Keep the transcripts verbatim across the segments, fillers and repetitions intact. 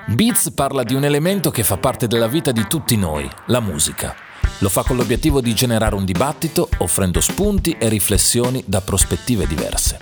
Beats parla di un elemento che fa parte della vita di tutti noi, la musica. Lo fa con l'obiettivo di generare un dibattito, offrendo spunti e riflessioni da prospettive diverse.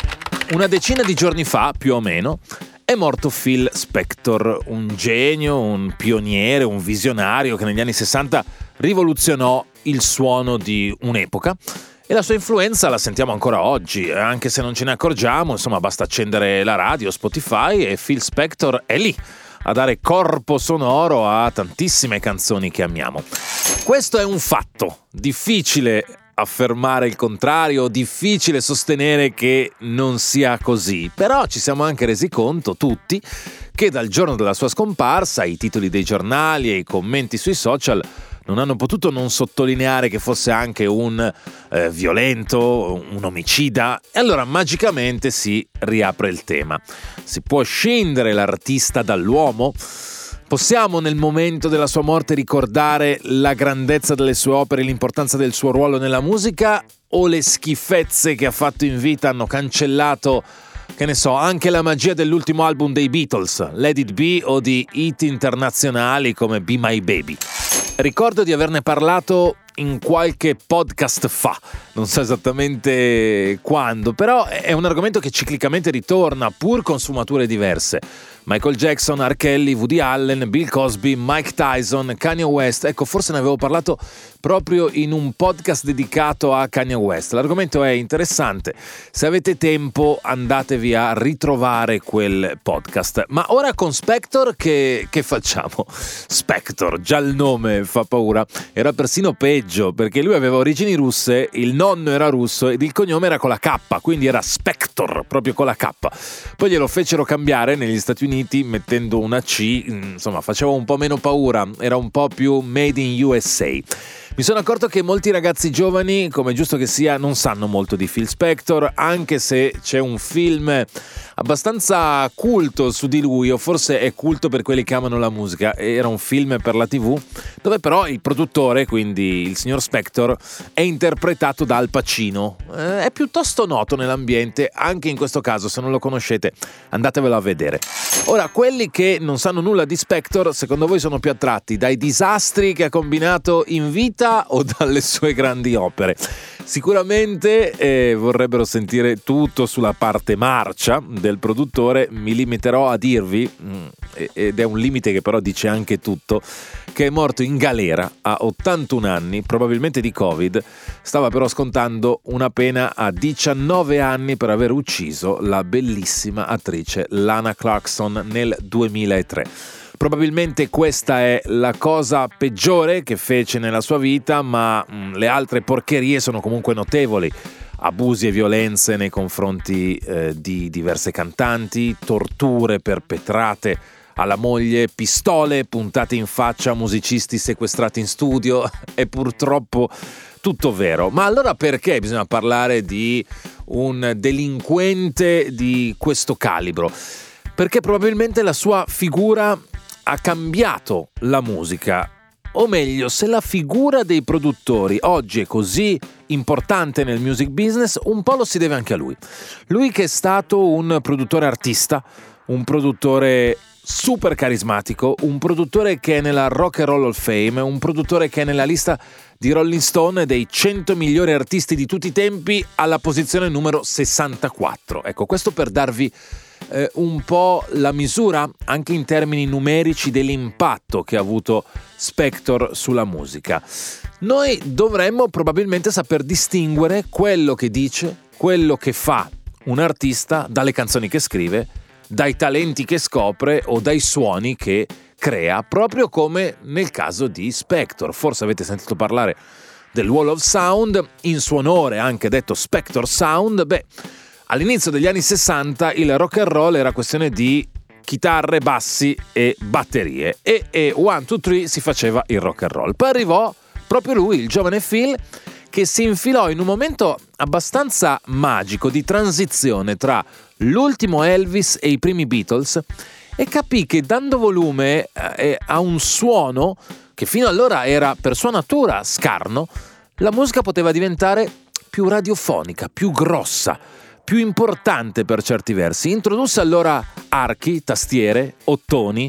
Una decina di giorni fa, più o meno, è morto Phil Spector, un genio, un pioniere, un visionario che negli anni sessanta rivoluzionò il suono di un'epoca. E la sua influenza la sentiamo ancora oggi, anche se non ce ne accorgiamo, insomma basta accendere la radio, Spotify e Phil Spector è lì a dare corpo sonoro a tantissime canzoni che amiamo. Questo è un fatto, difficile affermare il contrario, difficile sostenere che non sia così, però ci siamo anche resi conto tutti che dal giorno della sua scomparsa i titoli dei giornali e i commenti sui social non hanno potuto non sottolineare che fosse anche un eh, violento, un omicida, e allora magicamente si riapre il tema. Si può scindere l'artista dall'uomo? Possiamo nel momento della sua morte ricordare la grandezza delle sue opere e l'importanza del suo ruolo nella musica? O le schifezze che ha fatto in vita hanno cancellato, che ne so, anche la magia dell'ultimo album dei Beatles, Let It Be, o di hit internazionali come Be My Baby? Ricordo di averne parlato in qualche podcast fa, non so esattamente quando, però è un argomento che ciclicamente ritorna, pur con sfumature diverse. Michael Jackson, R. Kelly, Woody Allen, Bill Cosby, Mike Tyson, Kanye West. Ecco, forse ne avevo parlato proprio in un podcast dedicato a Kanye West. L'argomento è interessante. Se avete tempo andatevi a ritrovare quel podcast. Ma ora con Spector che, che facciamo? Spector, già il nome fa paura. Era persino peggio, perché lui aveva origini russe, il nonno era russo ed il cognome era con la K, quindi era Spector, proprio con la K. Poi glielo fecero cambiare negli Stati Uniti mettendo una C, insomma faceva un po' meno paura, era un po' più made in U S A. Mi sono accorto che molti ragazzi giovani, come è giusto che sia, non sanno molto di Phil Spector, anche se c'è un film abbastanza culto su di lui, o forse è culto per quelli che amano la musica. Era un film per la tivù, dove però il produttore, quindi il signor Spector, è interpretato da Al Pacino. Eh, è piuttosto noto nell'ambiente, anche in questo caso, se non lo conoscete, andatevelo a vedere. Ora, quelli che non sanno nulla di Spector, secondo voi sono più attratti dai disastri che ha combinato in vita o dalle sue grandi opere? Sicuramente eh, vorrebbero sentire tutto sulla parte marcia del produttore. Mi limiterò a dirvi, mh, ed è un limite che però dice anche tutto, che è morto in galera a ottantuno anni, probabilmente di Covid. Stava però scontando una pena a diciannove anni per aver ucciso la bellissima attrice Lana Clarkson nel duemilatré. Probabilmente questa è la cosa peggiore che fece nella sua vita, ma mh, le altre porcherie sono comunque notevoli. Abusi e violenze nei confronti eh, di diverse cantanti, torture perpetrate alla moglie, pistole puntate in faccia a musicisti sequestrati in studio. È purtroppo tutto vero. Ma allora perché bisogna parlare di un delinquente di questo calibro? Perché probabilmente la sua figura ha cambiato la musica, o meglio, se la figura dei produttori oggi è così importante nel music business, un po' lo si deve anche a lui. Lui che è stato un produttore artista, un produttore super carismatico, un produttore che è nella Rock and Roll of Fame, un produttore che è nella lista di Rolling Stone dei cento migliori artisti di tutti i tempi alla posizione numero sessantaquattro. Ecco, questo per darvi Eh, un po' la misura anche in termini numerici dell'impatto che ha avuto Spector sulla musica. Noi dovremmo probabilmente saper distinguere quello che dice, quello che fa un artista dalle canzoni che scrive, dai talenti che scopre o dai suoni che crea, proprio come nel caso di Spector. Forse avete sentito parlare del Wall of Sound, in suo onore anche detto Spector Sound. Beh, all'inizio degli anni sessanta il rock and roll era questione di chitarre, bassi e batterie, e, e one, two, three si faceva il rock and roll. Poi arrivò proprio lui, il giovane Phil, che si infilò in un momento abbastanza magico di transizione tra l'ultimo Elvis e i primi Beatles, e capì che dando volume eh, a un suono che fino allora era per sua natura scarno, la musica poteva diventare più radiofonica, più grossa, più importante per certi versi. Introdusse allora archi, tastiere, ottoni,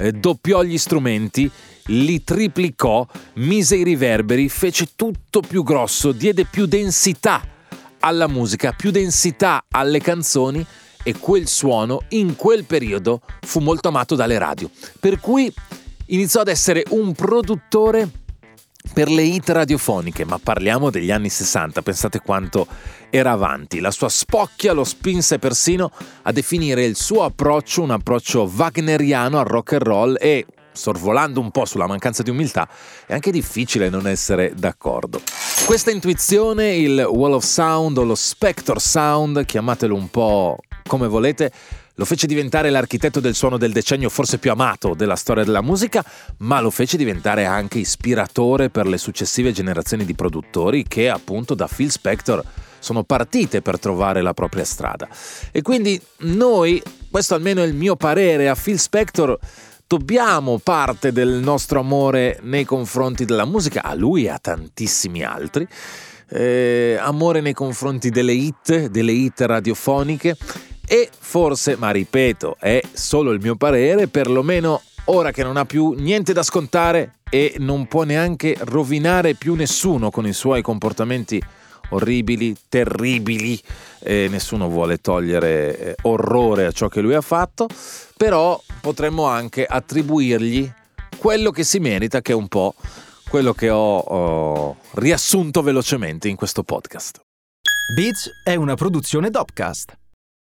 eh, doppiò gli strumenti, li triplicò, mise i riverberi, fece tutto più grosso, diede più densità alla musica, più densità alle canzoni, e quel suono in quel periodo fu molto amato dalle radio. Per cui iniziò ad essere un produttore per le hit radiofoniche, ma parliamo degli anni sessanta, pensate quanto era avanti. La sua spocchia lo spinse persino a definire il suo approccio un approccio wagneriano al rock and roll, e sorvolando un po' sulla mancanza di umiltà è anche difficile non essere d'accordo. Questa intuizione, il Wall of Sound o lo Spector Sound, chiamatelo un po' come volete, lo fece diventare l'architetto del suono del decennio forse più amato della storia della musica, ma lo fece diventare anche ispiratore per le successive generazioni di produttori che appunto da Phil Spector sono partite per trovare la propria strada. E quindi noi, questo almeno è il mio parere, a Phil Spector dobbiamo parte del nostro amore nei confronti della musica, a lui e a tantissimi altri, eh, amore nei confronti delle hit, delle hit radiofoniche. E forse, ma ripeto, è solo il mio parere, perlomeno ora che non ha più niente da scontare e non può neanche rovinare più nessuno con i suoi comportamenti orribili, terribili, e nessuno vuole togliere eh, orrore a ciò che lui ha fatto, però potremmo anche attribuirgli quello che si merita, che è un po' quello che ho, ho riassunto velocemente in questo podcast. Beats è una produzione Dopcast.